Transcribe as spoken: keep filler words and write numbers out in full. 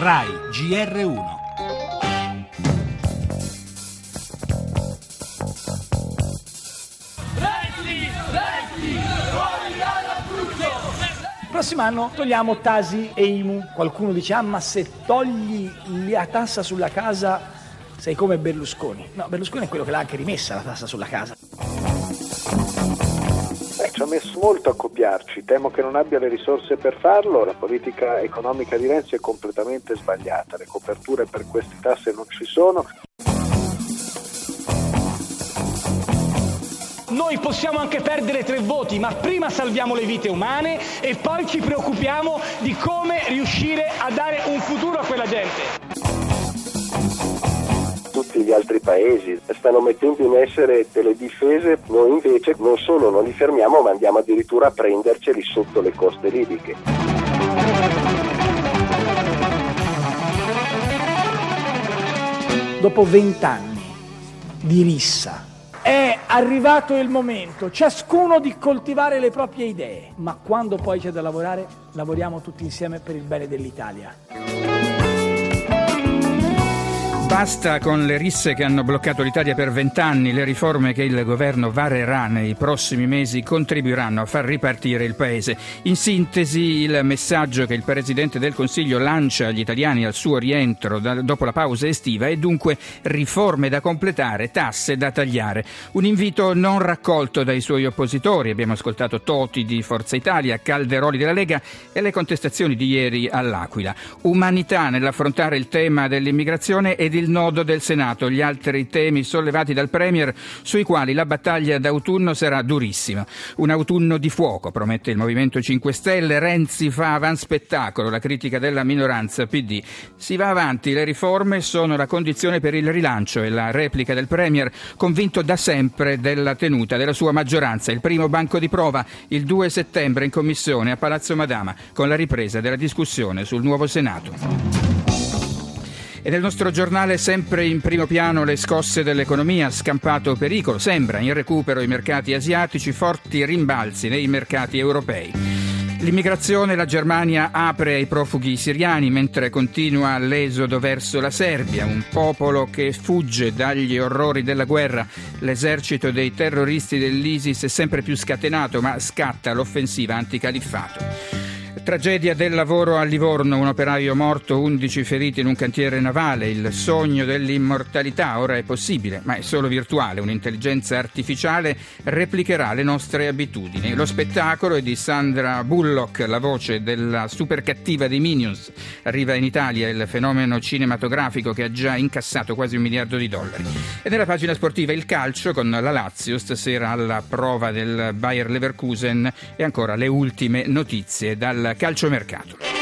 Rai G R uno. Il prossimo anno togliamo Tasi e I M U. Qualcuno dice, ah ma se togli la tassa sulla casa sei come Berlusconi. No, Berlusconi è quello che l'ha anche rimessa la tassa sulla casa. Eh, ci ha messo molto a copiarci, temo che non abbia le risorse per farlo. La politica economica di Renzi è completamente sbagliata, le coperture per queste tasse non ci sono. Noi possiamo anche perdere tre voti, ma prima salviamo le vite umane e poi ci preoccupiamo di come riuscire a dare un futuro a quella gente. Tutti gli altri paesi stanno mettendo in essere delle difese, noi invece non solo non li fermiamo, ma andiamo addirittura a prenderceli sotto le coste libiche. Dopo vent'anni di rissa è arrivato il momento, ciascuno di coltivare le proprie idee, ma quando poi c'è da lavorare, lavoriamo tutti insieme per il bene dell'Italia. Basta con le risse che hanno bloccato l'Italia per vent'anni. Le riforme che il governo varerà nei prossimi mesi contribuiranno a far ripartire il Paese. In sintesi, il messaggio che il Presidente del Consiglio lancia agli italiani al suo rientro da, dopo la pausa estiva è dunque riforme da completare, tasse da tagliare. Un invito non raccolto dai suoi oppositori. Abbiamo ascoltato Toti di Forza Italia, Calderoli della Lega e le contestazioni di ieri all'Aquila. Umanità nell'affrontare il tema dell'immigrazione ed il il nodo del Senato, gli altri temi sollevati dal Premier sui quali la battaglia d'autunno sarà durissima. Un autunno di fuoco, promette il Movimento cinque Stelle. Renzi fa avanspettacolo, la critica della minoranza P D. Si va avanti, le riforme sono la condizione per il rilancio e la replica del Premier, convinto da sempre della tenuta della sua maggioranza. Il primo banco di prova il due settembre in Commissione a Palazzo Madama, con la ripresa della discussione sul nuovo Senato. E nel nostro giornale sempre in primo piano le scosse dell'economia, scampato pericolo, sembra in recupero i mercati asiatici, forti rimbalzi nei mercati europei. L'immigrazione, la Germania apre ai profughi siriani mentre continua l'esodo verso la Serbia, un popolo che fugge dagli orrori della guerra. L'esercito dei terroristi dell'ISIS è sempre più scatenato, ma scatta l'offensiva anticaliffato. Tragedia del lavoro a Livorno, un operaio morto, undici feriti in un cantiere navale. Il sogno dell'immortalità ora è possibile, ma è solo virtuale. Un'intelligenza artificiale replicherà le nostre abitudini. Lo spettacolo è di Sandra Bullock, la voce della super cattiva dei Minions. Arriva in Italia il fenomeno cinematografico che ha già incassato quasi un miliardo di dollari. E nella pagina sportiva il calcio con la Lazio, stasera alla prova del Bayer Leverkusen, e ancora le ultime notizie dal calciomercato.